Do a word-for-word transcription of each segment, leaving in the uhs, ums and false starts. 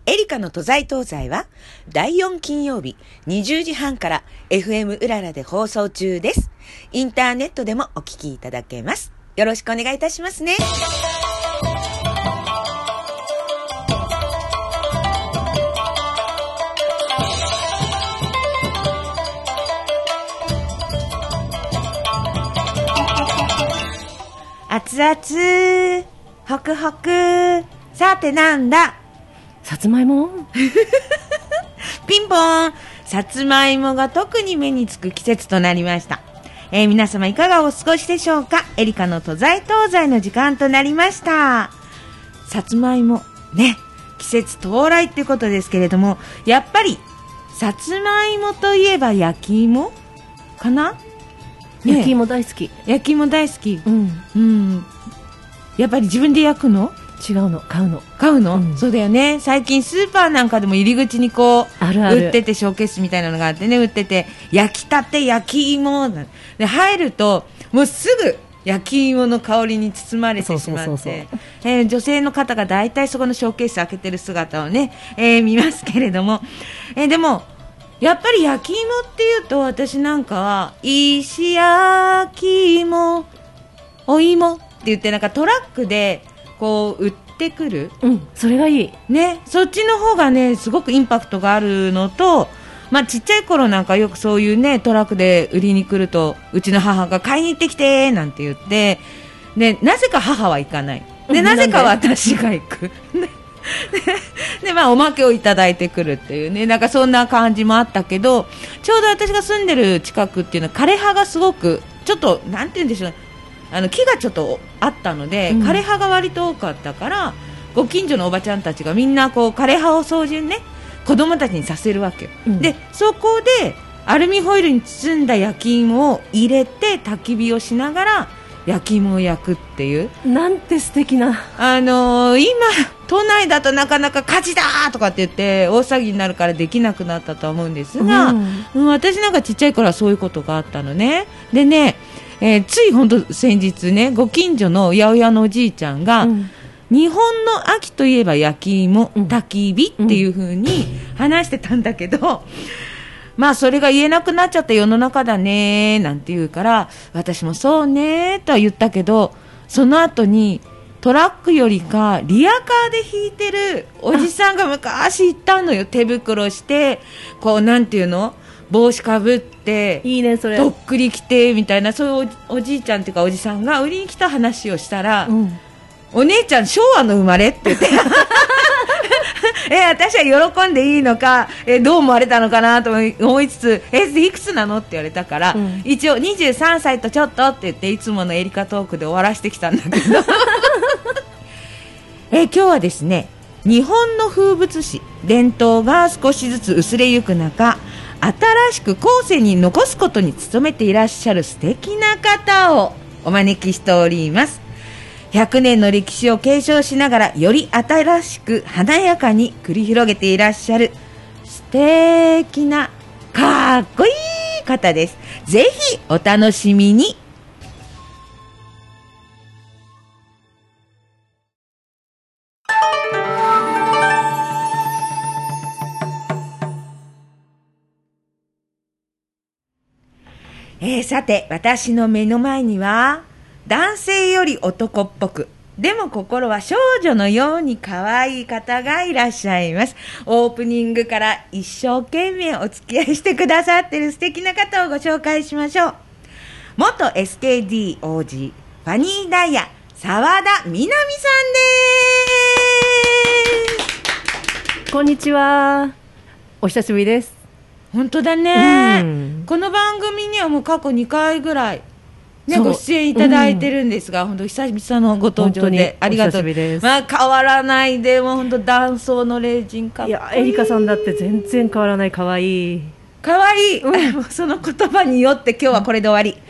エリカの都在東西はだいよん金曜日にじゅうじはんから エフエム うららで放送中です。インターネットでもお聞きいただけます。よろしくお願いいたしますね。熱々ホクホク、さてなんだ、 さつまいもピンポーン。さつまいもが特に目につく季節となりました。えー、皆様いかがお過ごしでしょうか。エリカの都在東西の時間となりました。さつまいもね、季節到来っていうことですけれども、やっぱりさつまいもといえば焼き芋かな、ね、 焼き芋大好き。 焼き芋大好き、 うんうん、やっぱり自分で焼くの？ 違うの、買うの買うの、うん、そうだよね。最近スーパーなんかでも入り口にこうあるある売ってて、ショーケースみたいなのがあってね、売ってて焼きたて焼き芋で入るともうすぐ焼き芋の香りに包まれてしまって、えー、女性の方がだいたいそこのショーケース開けてる姿をね、えー、見ますけれども、えー、でもやっぱり焼き芋っていうと、私なんかは石焼き芋お芋って言って、なんかトラックでこう売ってくる、 うん、それがいいね、そっちの方がねすごくインパクトがあるのと、まあ、ちっちゃい頃なんかよくそういうねトラックで売りに来ると、うちの母が買いに行ってきてなんて言って、でなぜか母は行かない、でなぜか私が行くで、まあ、おまけをいただいてくるっていうね、なんかそんな感じもあったけど、ちょうど私が住んでる近くっていうのは枯葉がすごくちょっとなんて言うんでしょう、あの木がちょっとあったので、うん、枯葉が割と多かったから、ご近所のおばちゃんたちがみんなこう枯葉を掃除にね子供たちにさせるわけよ、うん、でそこでアルミホイルに包んだ焼き芋を入れて焚き火をしながら焼き芋を焼くっていう、 なんて素敵な、 あのー、今都内だとなかなか火事だとかって言って大騒ぎになるからできなくなったと思うんですが、うんうん、私なんかちっちゃい頃はそういうことがあったのね。でね、えー、つい本当先日ね、ご近所の八百屋のおじいちゃんが、うん、日本の秋といえば焼き芋、うん、焚き火っていう風に話してたんだけど、うん、まあそれが言えなくなっちゃった世の中だねなんて言うから、私もそうねとは言ったけど、その後にトラックよりかリアカーで引いてるおじさんが昔いたのよ。手袋してこうなんていうの、帽子かぶっていいね、それとっくり着てみたいな、そういう お, おじいちゃんっていうかおじさんが売りに来た話をしたら、うん、お姉ちゃん昭和の生まれって言ってえ私は喜んでいいのか、えどう思われたのかなと思いつつ、えいくつなのって言われたから、うん、一応にじゅうさんさいとちょっとって言っていつものエリカトークで終わらせてきたんだけどえ今日はですね、日本の風物詩伝統が少しずつ薄れゆく中、新しく後世に残すことに努めていらっしゃる素敵な方をお招きしております。ひゃくねんの歴史を継承しながらより新しく華やかに繰り広げていらっしゃる素敵なかっこいい方です。ぜひお楽しみに。えー、さて私の目の前には男性より男っぽく、でも心は少女のように可愛い方がいらっしゃいます。オープニングから一生懸命お付き合いしてくださっている素敵な方をご紹介しましょう。元 エスケーディー 王子ファニーダイヤ澤田みなみさんです。 こんにちは、お久しぶりです。 本当だね、うん、この番組にはもう過去にかいぐらい、ね、ご出演いただいてるんですが、うん、本当久々のご登場でありがとう。まあ、変わらないでも本当男装の霊人かっこいい。 いやエリカさんだって全然変わらない、かわいいかわいい、うん、その言葉によって今日はこれで終わり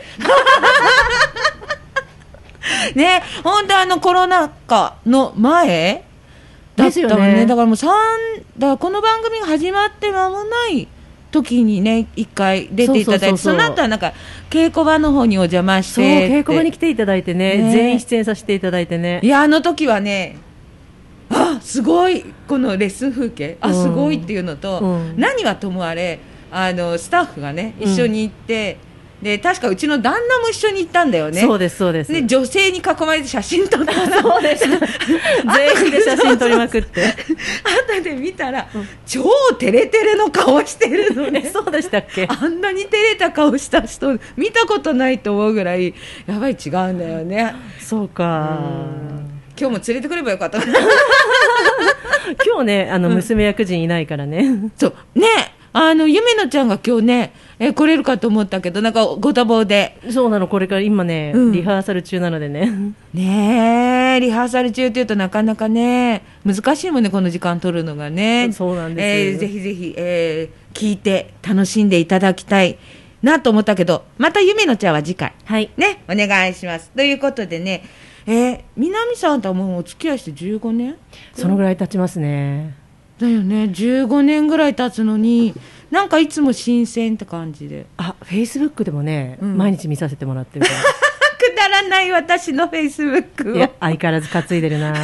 ね、本当あのコロナ禍の前だったもん ね, ねだからもうさんだからこの番組が始まって間もない時にね一回出ていただいて、 そ, そ, そ, その後はなんか稽古場の方にお邪魔して、 そう稽古場に来ていただいて ね, ね全員出演させていただいてね。 いやあの時はね、ああすごいこのレッスン風景あすごいっていうのと、 うん、 何はともあれあのスタッフがね一緒に行って、うん、で確かうちの旦那も一緒に行ったんだよね。 そうですそうです。 で女性に囲まれて写真撮ったらそうです全員で写真撮りまくって後で見たら、うん、超テレテレの顔してるのねそうでしたっけ。 あんなに照れた顔した人見たことないと思うぐらいやばい違うんだよね。 そうか、 今日も連れてくればよかった今日ねあの娘役人いないからね、うん、 そうねあのゆめのちゃんが今日ねえ来れるかと思ったけどなんかご多忙で。 そうなのこれから今ね、うん、リハーサル中なのでねねリハーサル中っていうとなかなかね難しいもんねこの時間取るのがね。 そうなんです、 えー、ぜひぜひ、えー、聞いて楽しんでいただきたいなと思ったけどまたゆめのちゃんは次回、 はい、 ねお願いしますということでねえー、南さんとはもうお付き合いしてじゅうごねんそのぐらい経ちますね。 だよねじゅうごねんぐらい経つのになんかいつも新鮮って感じで。 あフェイスブックでもね、うん、毎日見させてもらってるからくだらない私のフェイスブックをいや相変わらず担いでるな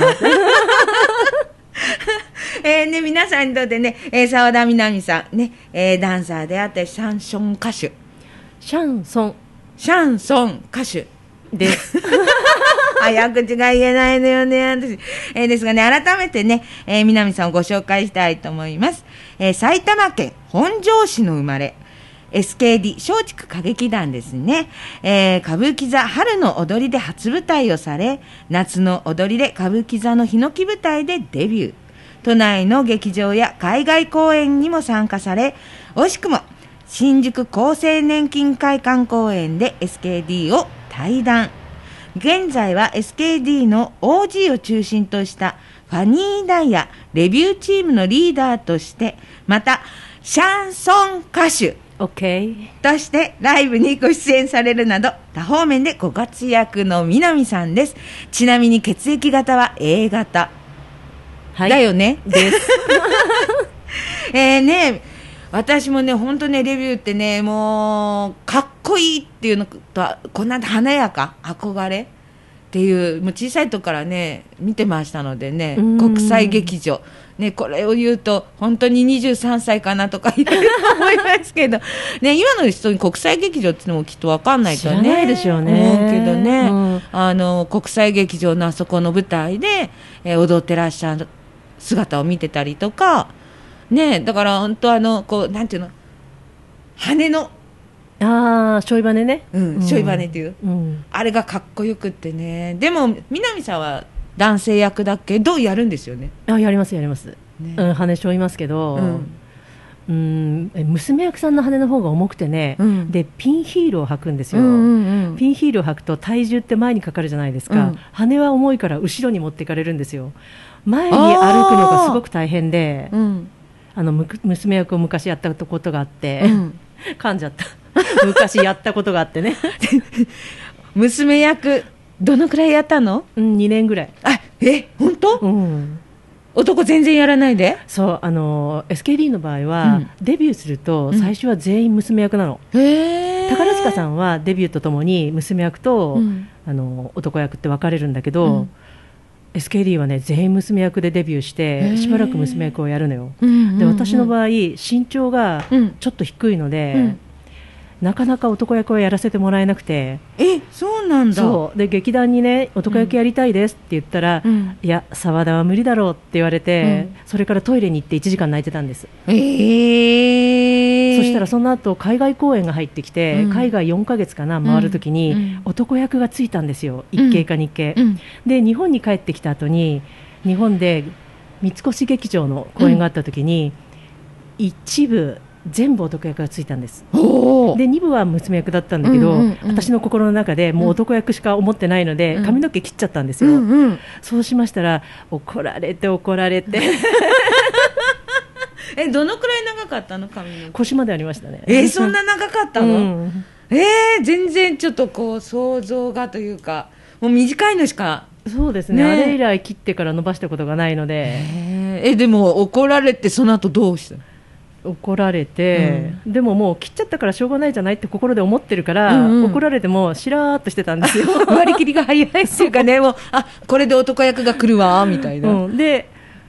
えーね皆さんにとってね澤、えー、田みなみさんね、えー、ダンサーであってシャンソン歌手シャンソンシャンソン歌手です早口が言えないのよね私、えー、ですがね改めてね、えー、南さんをご紹介したいと思います、えー、埼玉県本庄市の生まれ エスケーディー 松竹歌劇団ですね、えー、歌舞伎座春の踊りで初舞台をされ夏の踊りで歌舞伎座のヒノキ舞台でデビュー。都内の劇場や海外公演にも参加され惜しくも新宿厚生年金会館公演で エスケーディー を退団。現在は エスケーディー の オージー を中心としたファニーダイヤレビューチームのリーダーとしてまたシャンソン歌手としてライブにご出演されるなど多方面でご活躍の南さんです。ちなみに血液型は エー 型、はい、だよねですえーね私もね本当ねレビューってねもうかっこいいっていうのとこんな華やか憧れっていうもう小さい時からね見てましたのでね国際劇場ねこれを言うと本当ににじゅうさんさいかなとか言えると思いますけどね今の人に国際劇場っていうのもきっと分かんないとね知らないでしょうね思うけどね、うん、あの国際劇場のあそこの舞台で、えー、踊ってらっしゃる姿を見てたりとかねだから本当あのこうなんていうの羽のああしょいばねね、 うん、しょいばねっていう、 うん、 あれがかっこよくってね。でも南さんは男性役だっけどうやるんですよね。 あやりますやります、ねうん、羽しょいますけど、うんうん、娘役さんの羽の方が重くてね、うん、でピンヒールを履くんですよ、うんうんうん、ピンヒールを履くと体重って前にかかるじゃないですか、うん、羽は重いから後ろに持っていかれるんですよ。前に歩くのがすごく大変で、うん、あのむ娘役を昔やったことがあって、うん、噛んじゃった昔やったことがあってね娘役どのくらいやったの？ うん、にねんぐらい。 あえ本当、うん、男全然やらないで。 そうあの エスケーディー の場合は、うん、デビューすると最初は全員娘役なの、うん、へ宝塚さんはデビューとともに娘役と、うん、あの男役って分かれるんだけど、うん、エスケーディー はね全員娘役でデビューしてしばらく娘役をやるのよ、うんうんうん、で私の場合身長がちょっと低いので、うんなかなか男役をやらせてもらえなくて。 えそうなんだ。 そうで劇団にね男役やりたいですって言ったら、うん、いや澤田は無理だろうって言われて、うん、それからトイレに行っていちじかん泣いてたんです、 えー、 そしたらその後海外公演が入ってきて、うん、海外よんかげつかな回るときに、うん、男役がついたんですよ、いっけいかにけい、うん、で日本に帰ってきた後に日本で三越劇場の公演があったときに、うん、一部全部男役がついたんです。でに部は娘役だったんだけど、うんうんうん、私の心の中でもう男役しか思ってないので、うん、髪の毛切っちゃったんですよ、うんうん、そうしましたら怒られて怒られてえどのくらい長かったの髪の毛？ 腰までありましたね。 えー、そんな長かったの、うん、えー、全然ちょっとこう想像がというかもう短いのしか。 そうです ね, ねあれ以来切ってから伸ばしたことがないので。 えー、えでも怒られてその後どうしたの？ 怒られて、うん、でももう切っちゃったからしょうがないじゃないって心で思ってるから、うんうん、怒られてもしらーっとしてたんですよ割り切りが早いっていうかねもうあこれで男役が来るわみたいな、 うん、で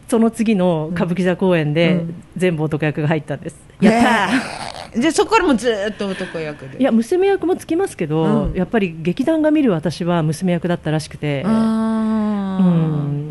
その次の歌舞伎座公演で全部男役が入ったんです、うん、やったー。 じゃあそこからもずっと男役で。 いや娘役もつきますけど、うん、やっぱり劇団が見る私は娘役だったらしくて、あ、うん、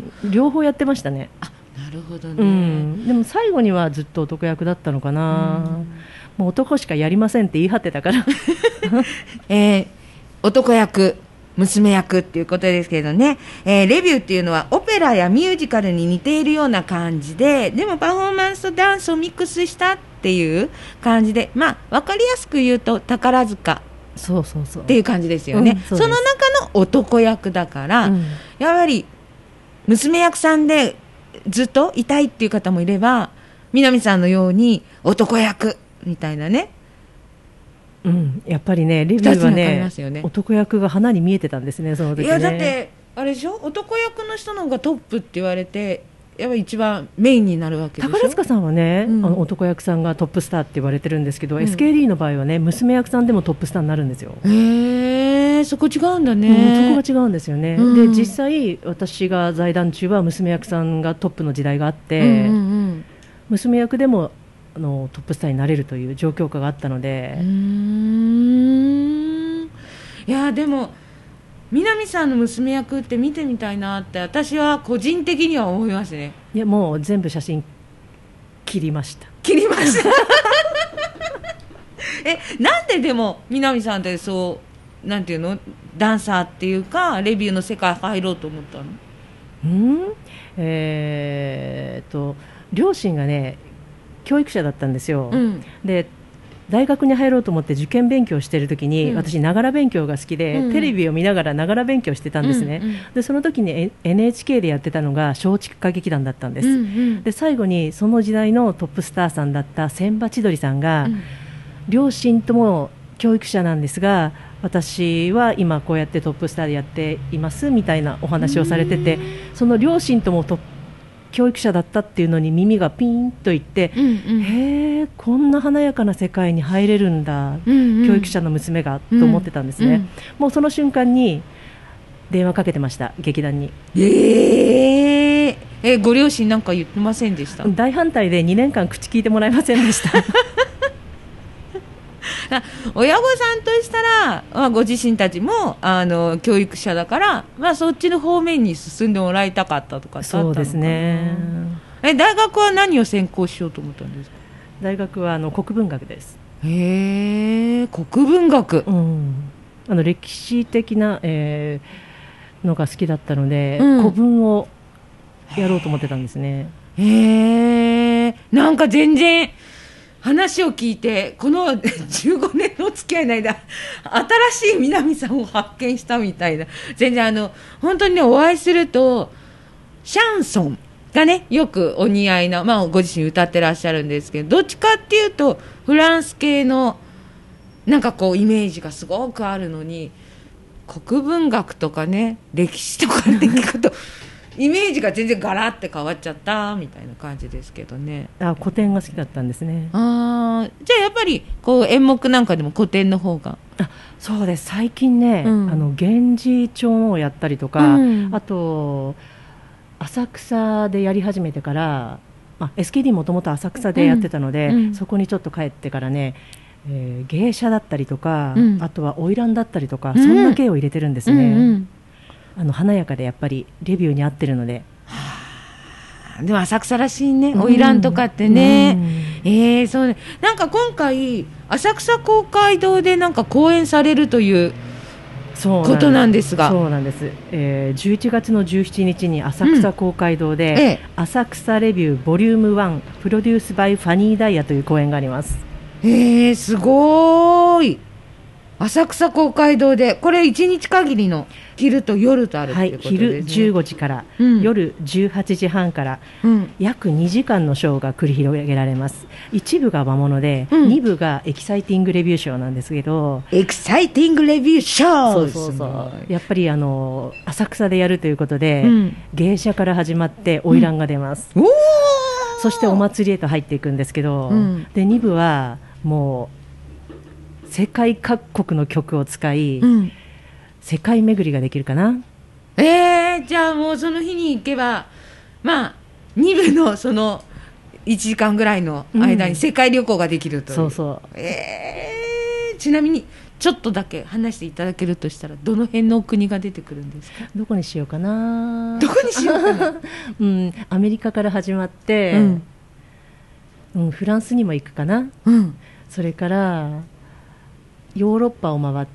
両方やってましたね。 あ、なるほどね、 うん、でも最後にはずっと男役だったのかな、うん、もう男しかやりませんって言い張ってたからえー、男役娘役っていうことですけどね、えー、レビューっていうのはオペラやミュージカルに似ているような感じで、でもパフォーマンスとダンスをミックスしたっていう感じで、まあ分かりやすく言うと宝塚そうそうそうっていう感じですよね、うん、そ, その中の男役だから、うん、やはり娘役さんでずっといたいっていう方もいれば、南さんのように男役みたいなね、 うん、やっぱりねレビューは ね, ね男役が花に見えてたんですね、その時ね。 いやだってあれでしょ、男役の人の方がトップって言われてやっぱり一番メインになるわけでしょ。 宝塚さんはね、うん、あの男役さんがトップスターって言われてるんですけど、うん、エスケーディー の場合はね娘役さんでもトップスターになるんですよ。 へー、そこ違うんだね、 うん、そこが違うんですよね、うん、で実際私が在団中は娘役さんがトップの時代があって、うんうんうん、娘役でもあのトップスターになれるという状況下があったので。うーん、いやでも南さんの娘役って見てみたいなって私は個人的には思いますね。 いやもう全部写真切りました切りましたえ、なんででも南さんってそうなんていうの、ダンサーっていうかレビューの世界入ろうと思ったの？ うん、えー、っと両親がね教育者だったんですよ、うん、で大学に入ろうと思って受験勉強している時に、うん、私ながら勉強が好きで、うん、テレビを見ながらながら勉強してたんですね、うんうん、でその時に エヌエイチケー でやってたのが松竹歌劇団だったんです、うんうん、で最後にその時代のトップスターさんだった千葉千鳥さんが、うん、両親とも教育者なんですが私は今こうやってトップスターでやっていますみたいなお話をされてて、その両親ともトップ教育者だったっていうのに耳がピンといって、うんうん、へーこんな華やかな世界に入れるんだ、うんうん、教育者の娘がと思ってたんですね、うんうん、もうその瞬間に電話かけてました、劇団に。 えー、えご両親なんか言ってませんでした？ 大反対でにねんかん口聞いてもらえませんでした親御さんとしたら、まあ、ご自身たちもあの教育者だから、まあ、そっちの方面に進んでもらいたかったとか。 そうですね。 え大学は何を専攻しようと思ったんですか？ 大学はあの国文学です。 へえ、国文学、 うん、あの歴史的な、えー、のが好きだったので、うん、古文をやろうと思ってたんですね。 へえ、なんか全然話を聞いてこのじゅうごねんのお付き合いの間新しい南さんを発見したみたいな。全然あの本当にねお会いするとシャンソンがねよくお似合いな、まあ、ご自身歌ってらっしゃるんですけど、どっちかっていうとフランス系のなんかこうイメージがすごくあるのに、国文学とかね歴史とかって聞くとイメージが全然ガラッて変わっちゃったみたいな感じですけどね。 あ、古典が好きだったんですね。 あ、じゃあやっぱりこう演目なんかでも古典の方が。 あ、そうです。最近ね、うん、あの源氏帳をやったりとか、うん、あと浅草でやり始めてから、まあ、エスケーディー もともと浅草でやってたので、うん、そこにちょっと帰ってからね、えー、芸者だったりとか、うん、あとは花魁だったりとか、うん、そんな系を入れてるんですね、うんうん、あの華やかでやっぱりレビューに合ってるので。 はあ、でも浅草らしいね、花魁とかってね、うん、えー、そうね。なんか今回浅草公会堂でなんか公演されるということなんですが。 そうなんです、えー、じゅういちがつのじゅうしちにちに浅草公会堂で、うん、ええ、浅草レビューボリュームワンプロデュースバイファニーダイヤという公演があります。 えー、すごーい。浅草公会堂でこれいちにち限りの昼と夜とあるっていうことですね。はい、昼じゅうごじから、うん、夜じゅうはちじはんから、うん、約にじかんのショーが繰り広げられます。一部が和物で、うん、に部がエキサイティングレビューショーなんですけど。 エキサイティングレビューショー、 そうそうそう、やっぱりあの浅草でやるということで、うん、芸者から始まって花魁が出ます、うん、おー、そしてお祭りへと入っていくんですけど、うん、でに部はもう世界各国の曲を使い、うん、世界巡りができるかな。 えー、じゃあもうその日に行けば、まあに部のそのいちじかんぐらいの間に世界旅行ができるという、 そうそう、 えー、ちなみにちょっとだけ話していただけるとしたらどの辺の国が出てくるんですか？ どこにしようかな。 どこにしようかな、 うん、アメリカから始まって、うんうん、フランスにも行くかな、うん、それからヨーロッパを回って、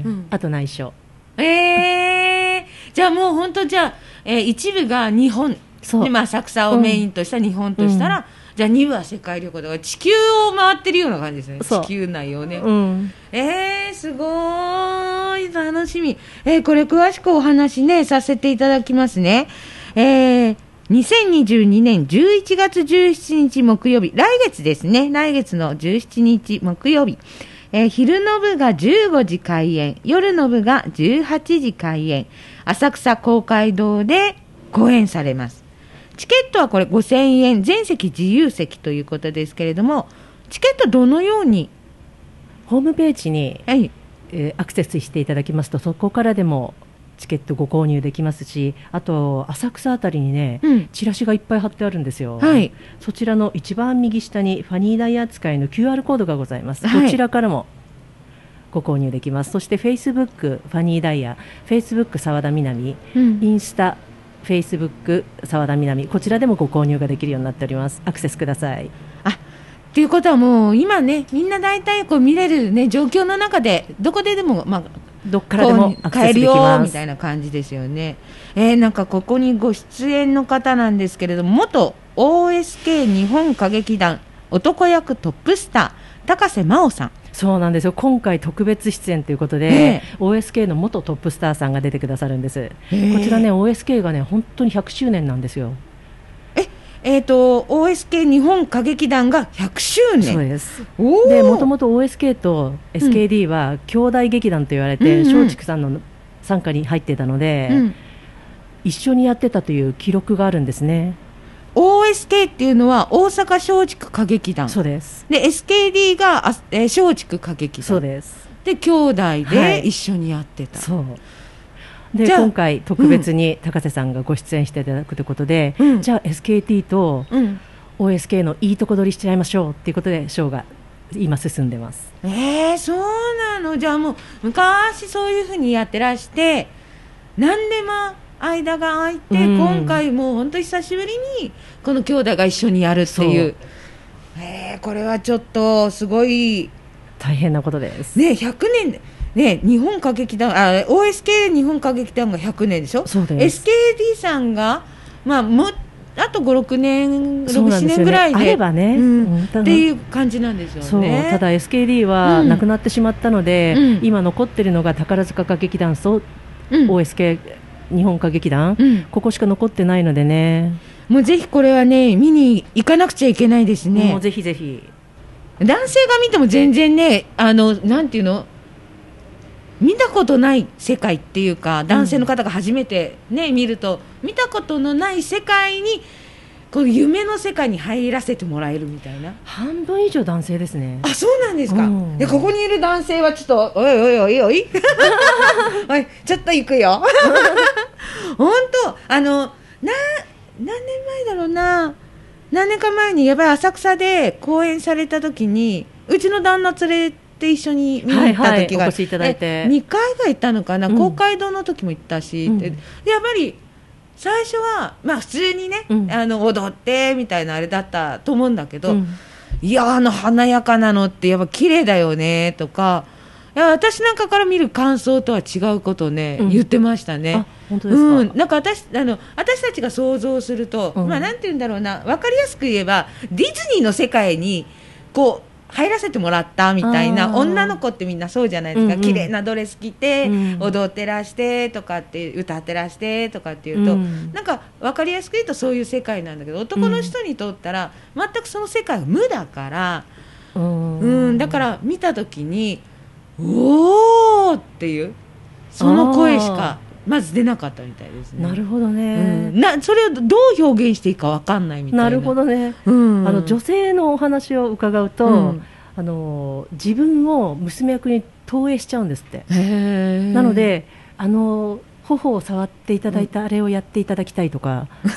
うん、あと内緒。 えー、じゃあもう本当じゃあ、えー、一部が日本で、まあ、浅草をメインとした日本としたら、うん、じゃあに部は世界旅行だから地球を回ってるような感じですね。地球内をね、うん、えー、すごい楽しみ、えー、これ詳しくお話ねさせていただきますね。えーにせんにじゅうにねんじゅういちがつじゅうしちにち木曜日、来月ですね、来月のじゅうしちにち木曜日、えー、昼の部がじゅうごじ開演、夜の部がじゅうはちじ開演、浅草公会堂で公演されます。チケットはこれごせんえん、全席自由席ということですけれども、チケットどのように？ ホームページに、はいえー、アクセスしていただきますと、そこからでもチケットご購入できますし、あと浅草あたりにね、うん、チラシがいっぱい貼ってあるんですよ、はい、そちらの一番右下にファニーダイヤ扱いの キューアール コードがございます、はい、こちらからもご購入できます。そしてフェイスブックファニーダイヤ、フェイスブック澤田みなみ、うん、インスタフェイスブック澤田みなみ、こちらでもご購入ができるようになっております。アクセスください。 あということはもう今ね、みんな大体こう見れる、ね、状況の中でどこででも、まあどっからでもアクセスできます。買えるよみたいな感じですよね。えー、なんかここにご出演の方なんですけれども、元 オーエスケー 日本歌劇団男役トップスター高瀬真央さん。 そうなんですよ。今回特別出演ということで、えー、オーエスケー の元トップスターさんが出てくださるんです。えー、こちらね オーエスケー がね本当にひゃくしゅうねんなんですよ。 えーと、オーエスケー 日本歌劇団がひゃくしゅうねん。 そうです。で、もともと オーエスケー と エスケーディー は兄弟劇団と言われて、うん、松竹さんの傘下に入っていたので、うん、一緒にやってたという記録があるんですね。 オーエスケー っていうのは大阪松竹歌劇団。 そうです。 で エスケーディー が、えー、松竹歌劇団。 そうです。 で兄弟で一緒にやってた、 はい、そうで今回特別に高瀬さんがご出演していただくということで、うん、じゃあ エスケーティー と オーエスケー のいいとこ取りしちゃいましょうということでショーが今進んでます。 えー、そうなの。じゃあもう昔そういうふうにやってらして何でも間が空いて、うん、今回もう本当久しぶりにこの兄弟が一緒にやるっていう、えー、これはちょっとすごい大変なことですね。ひゃくねんでね、日本歌劇団あ オーエスケー 日本歌劇団がひゃくねんでしょ。 そうです。 エスケーディー さんが、まあ、もあとご、ろくねん、ろく、ななねんぐらいであればね、 うんうん、っていう感じなんですよね。 そうただ エスケーディー はなくなってしまったので、うん、今残ってるのが宝塚歌劇団と、うん、オーエスケー 日本歌劇団、うん、ここしか残ってないのでね、 もうぜひこれはね見に行かなくちゃいけないですね。 もうぜひぜひ男性が見ても全然ね、あのなんていうの見たことない世界っていうか、男性の方が初めて、ね、見ると見たことのない世界にこう夢の世界に入らせてもらえるみたいな。 半分以上男性ですね。 あ、そうなんですか。うん、でここにいる男性はちょっとおいおいおいおいおいちょっと行くよ本当あのな何年前だろうな、何年か前にやばい浅草で公演された時にうちの旦那連れてで一緒に見に行った時が、 はいはい、お越しいただいてにかいが行ったのかな、うん、公会堂の時も行ったし、うん、でやっぱり最初は、まあ、普通にね、うん、あの踊ってみたいなあれだったと思うんだけど、うん、いやあの華やかなのってやっぱ綺麗だよねとか、いや私なんかから見る感想とは違うことをね、うん、言ってましたね。 あ、本当ですか。うん、 なんか 私, あの私たちが想像すると、うん、まあ、なんて言うんだろうな、分かりやすく言えばディズニーの世界にこう入らせてもらったみたいな、女の子ってみんなそうじゃないですか、うんうん、綺麗なドレス着て、うん、踊ってらしてとかって歌ってらしてとかっていうと、うん、なんか分かりやすく言うとそういう世界なんだけど、男の人にとったら全くその世界は無だから、うん、うん、だから見た時におーっていうその声しかまず出なかったみたいですね。 なるほどね、 うん、なそれをどう表現していいか分かんないみたいな。 なるほどね、うん、あの女性のお話を伺うと、うん、あの自分を娘役に投影しちゃうんですって。 へなのであの頬を触っていただいた、うん、あれをやっていただきたいとか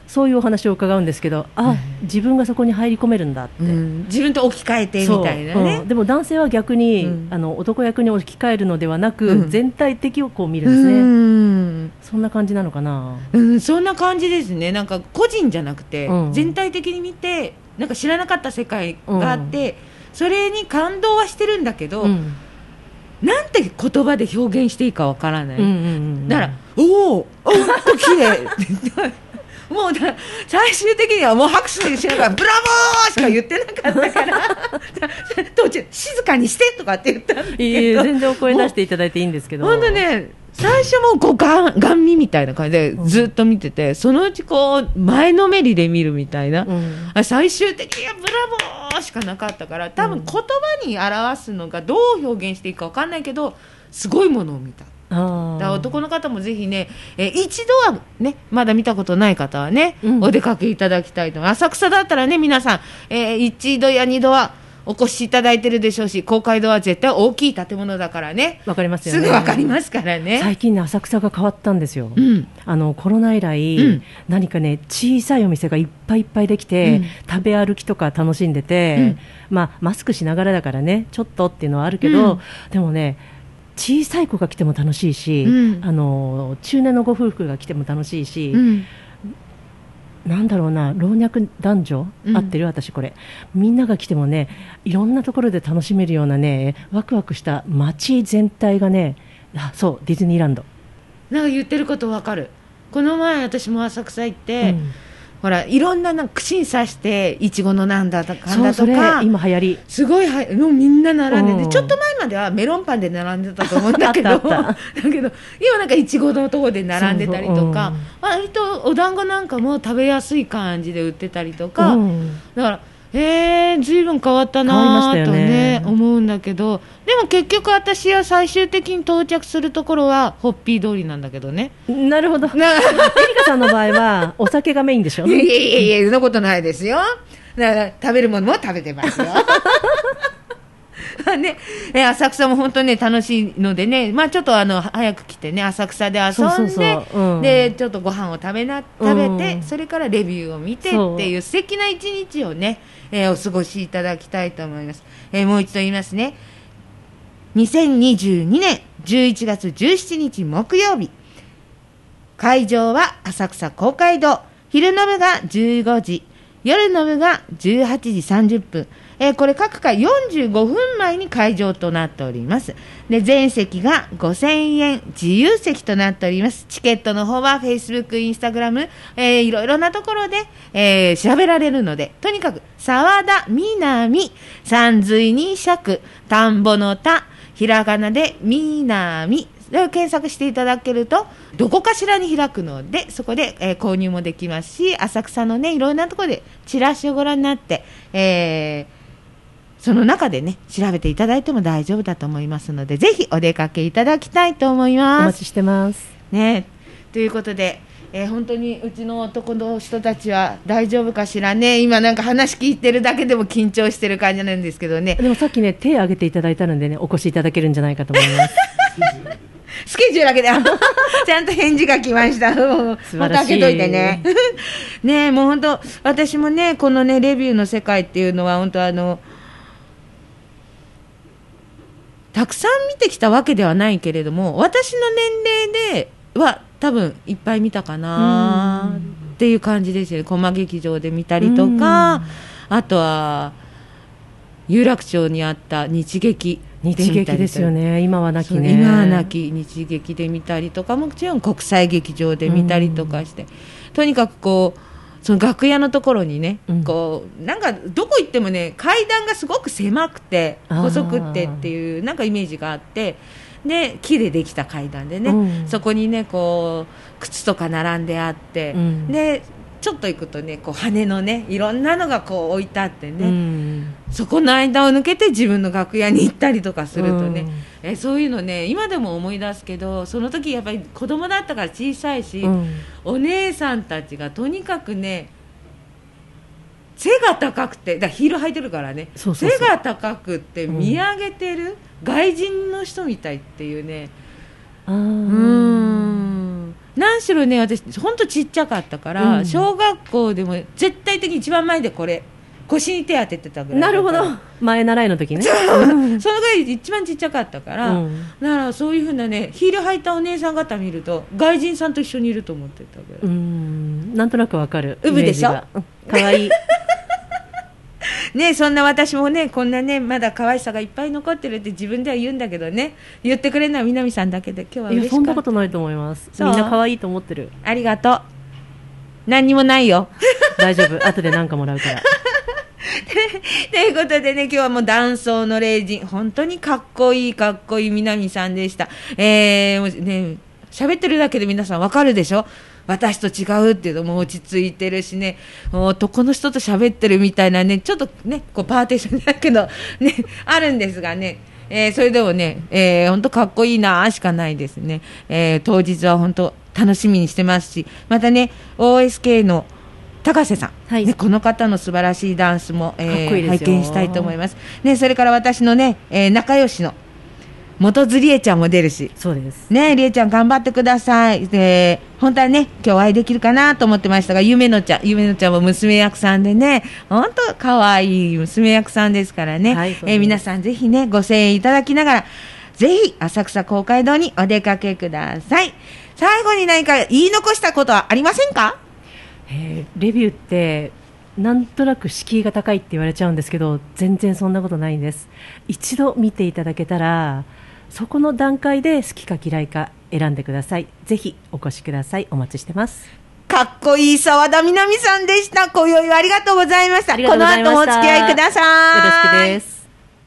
そういうお話を伺うんですけど、あ、自分がそこに入り込めるんだって、うん、 自分と置き換えてみたいなね、 うん、でも男性は逆に、うん、あの男役に置き換えるのではなく、うん、全体的をこう見るんですね、うん、そんな感じなのかな、 うん、そんな感じですね。なんか個人じゃなくて、うん、全体的に見てなんか知らなかった世界があって、うん、それに感動はしてるんだけど、うん、なんて言葉で表現していいかわからない、うんうんうん、だからおおおっと綺麗もうだ最終的にはもう拍手しながらブラボーしか言ってなかったから途中静かにしてとかって言ったんだけど、いい全然お声出していただいていいんですけど、 本当ね最初もこうガンガン見みたいな感じでずっと見てて、うん、そのうちこう前のめりで見るみたいな、うん、最終的にはブラボーしかなかったから、多分言葉に表すのがどう表現していいか分かんないけどすごいものを見た。だから男の方もぜひね、え一度はねまだ見たことない方はね、うん、お出かけいただきたいと思います。浅草だったらね皆さん、えー、一度や二度はお越しいただいてるでしょうし、公会堂は絶対大きい建物だからね、 わかりますよね、 すぐわかりますからね。 最近ね浅草が変わったんですよ、うん、あのコロナ以来、うん、何かね小さいお店がいっぱいいっぱいできて、うん、食べ歩きとか楽しんでて、うん、まあ、マスクしながらだからねちょっとっていうのはあるけど、うん、でもね小さい子が来ても楽しいし、うん、あの中年のご夫婦が来ても楽しいし、うん、なんだろうな、老若男女、うん、合ってる私これみんなが来てもねいろんなところで楽しめるようなねワクワクした街全体がね、あそうディズニーランドなんか言ってることわかる。この前私も浅草行って、うん、ほらいろんななんか串に刺していちごのなんだとかそうそれ今流行りすごいはもうみんな並んでて、ちょっと前まではメロンパンで並んでたと思うんだけどあったあっただけど今なんかいちごのところで並んでたりとか、割とお団子なんかも食べやすい感じで売ってたりとか、うん、だからえー、ずいぶん変わったなと ね, ね思うんだけど、でも結局私は最終的に到着するところはホッピー通りなんだけどね。 なるほどエリカさんの場合はお酒がメインでしょ。 いやいやいやいやそんなことないですよ。だから食べるものも食べてますよね、え浅草も本当に、ね、楽しいのでね、まあ、ちょっとあの早く来てね浅草で遊んでそうそうそう、うん、 でちょっとご飯を食べな食べて、うん、それからレビューを見てっていう素敵な一日をね、えー、お過ごしいただきたいと思います、えー、もう一度言いますね。にせんにじゅうにねんじゅういちがつじゅうしちにち木曜日、会場は浅草公会堂、昼の部がじゅうごじ、夜の部がじゅうはちじさんじゅっぷん、えー、これ各回よんじゅうごふんまえに会場となっております。で全席がごせんえん自由席となっております。チケットの方は Facebook、Instagram、えー、いろいろなところで、えー、調べられるので、とにかく沢田みなみ、山水に釈、田んぼの田、ひらがなでみなみで検索していただけるとどこかしらに開くので、そこで、えー、購入もできますし、浅草のねいろんなところでチラシをご覧になって、えーその中でね調べていただいても大丈夫だと思いますので、ぜひお出かけいただきたいと思います。 お待ちしてますね。ということで、えー、本当にうちの男の人たちは大丈夫かしらね。今なんか話聞いてるだけでも緊張してる感じなんですけどね。 でもさっきね手を挙げていただいたのでねお越しいただけるんじゃないかと思いますスケジュールだけでちゃんと返事が来ました素晴らしい。開けといてねね、もう本当私もねこのねレビューの世界っていうのは本当あのたくさん見てきたわけではないけれども、私の年齢では多分いっぱい見たかなっていう感じですよね。駒劇場で見たりとか、あとは有楽町にあった日劇日劇ですよね。今はなきね。 今はなき日劇で見たりとか、もちろん国際劇場で見たりとかして、とにかくこうその楽屋のところにね、うん、こうなんかどこ行ってもね階段がすごく狭くて細くってっていうなんかイメージがあって、で木でできた階段でね、うん、そこにねこう靴とか並んであって、うん、でちょっと行くとねこう羽のねいろんなのがこう置いてあってね、うん、そこの間を抜けて自分の楽屋に行ったりとかするとね、うん、えそういうのね今でも思い出すけど、その時やっぱり子供だったから小さいし、うん、お姉さんたちがとにかくね背が高くて、だヒール履いてるからね、そうそうそう背が高くって見上げてる、うん、外人の人みたいっていうね、あーうーん何しろね、私ほんとちっちゃかったから、うん、小学校でも絶対的に一番前でこれ腰に手当ててたぐらい。 なるほど、前習いの時ねそのぐらい一番ちっちゃかったから、うん、だからそういうふうなねヒール履いたお姉さん方見ると外人さんと一緒にいると思ってたぐらい。 うん、なんとなくわかる。 うぶでしょ。 かわいいね、そんな私もねこんなねまだ可愛さがいっぱい残ってるって自分では言うんだけどね、言ってくれるのは南さんだけで今日は嬉しかった。いやそんなことないと思います。みんな可愛いと思ってる。 ありがとう。何にもないよ大丈夫、後で何かもらうからということでね、今日はもう男装の霊人、本当にかっこいいかっこいい南さんでした。えー、ね、喋ってるだけで皆さんわかるでしょ。私と違うっていうのも落ち着いてるしね、男の人と喋ってるみたいなね、ちょっとねこうパーテーションだけどねあるんですがね、えー、それでもね、えー、本当かっこいいなしかないですね。えー、当日は本当楽しみにしてますし、またね オーエスケー の高瀬さん、はいね、この方の素晴らしいダンスも、えー、拝見したいと思います、ね、それから私のね、えー、仲良しの元津りえちゃんも出るし、 そうですね、りえちゃん頑張ってください。で本当はね今日お会いできるかなと思ってましたが、ゆめのちゃんゆめのちゃんも娘役さんでね、本当可愛い娘役さんですからね、はい、えー、皆さんぜひねご声援いただきながらぜひ浅草公会堂にお出かけください。最後に何か言い残したことはありませんか？ えー、レビューってなんとなく敷居が高いって言われちゃうんですけど、全然そんなことないんです。一度見ていただけたらそこの段階で好きか嫌いか選んでください。ぜひお越しください。お待ちしてます。 かっこいい澤田みなみさんでした。今宵はありがとうございました。この後もお付き合いください。 よろしくです。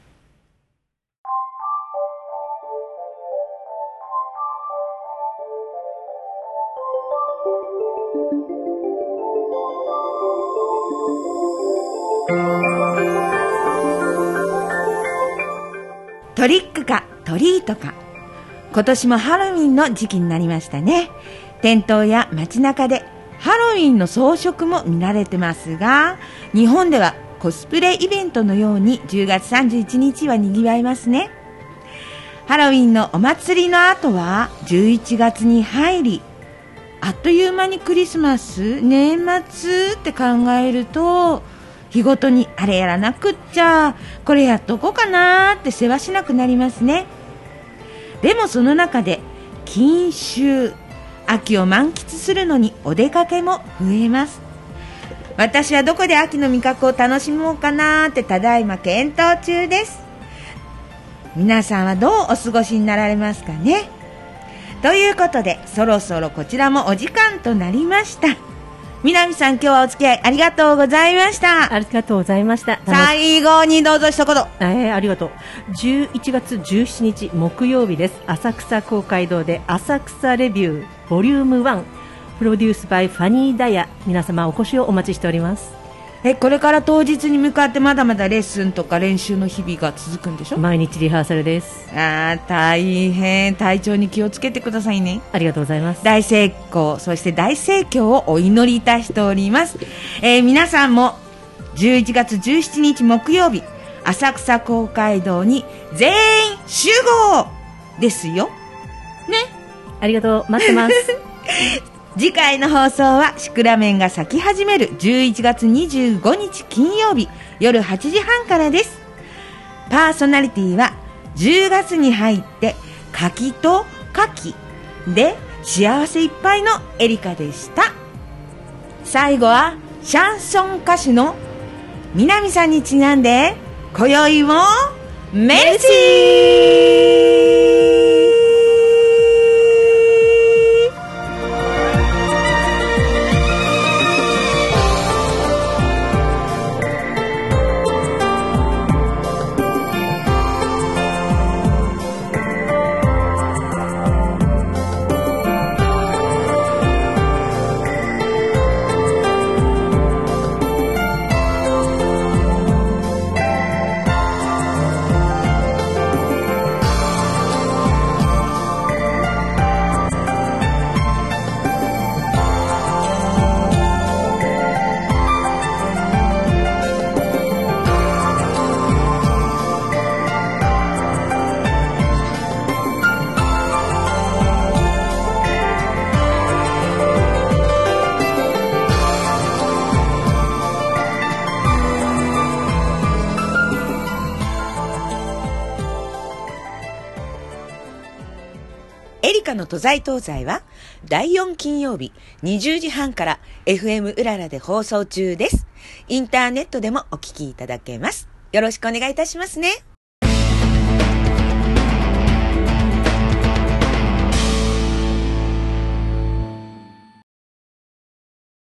トリックかトリートか、今年もハロウィンの時期になりましたね。店頭や街中でハロウィンの装飾も見られてますが、日本ではコスプレイベントのようにじゅうがつさんじゅういちにちはにぎわいますね。ハロウィンのお祭りの後はじゅういちがつに入り、あっという間にクリスマス年末って考えると、日ごとにあれやらなくっちゃこれやっとこうかなって世話しなくなりますね。でもその中で禁酒、秋を満喫するのにお出かけも増えます。私はどこで秋の味覚を楽しもうかなってただいま検討中です。皆さんはどうお過ごしになられますかね。ということでそろそろこちらもお時間となりました。南さん、今日はお付き合いありがとうございました。 ありがとうございました。 最後にどうぞ一言。 えー、ありがとう。じゅういちがつじゅうしちにち木曜日です。浅草公会堂で浅草レビューボリュームワン、プロデュースバイファニーダイヤ、皆様お越しをお待ちしております。 えこれから当日に向かってまだまだレッスンとか練習の日々が続くんでしょ。 毎日リハーサルです。 あー大変。体調に気をつけてくださいね。 ありがとうございます。 大成功、そして大盛況をお祈りいたしております、えー、皆さんもじゅういちがつじゅうしちにち木曜日、浅草公会堂に全員集合ですよね。 ありがとう、待ってます次回の放送はシクラメンが咲き始めるじゅういちがつにじゅうごにち金曜日夜はちじはんからです。パーソナリティはじゅうがつに入って柿と柿で幸せいっぱいのエリカでした。最後はシャンソン歌手の南さんにちなんで今宵もメルシー。 エリカの都在東西はだいよん金曜日にじゅうじはんから エフエム うららで放送中です。インターネットでもお聞きいただけます。よろしくお願いいたしますね。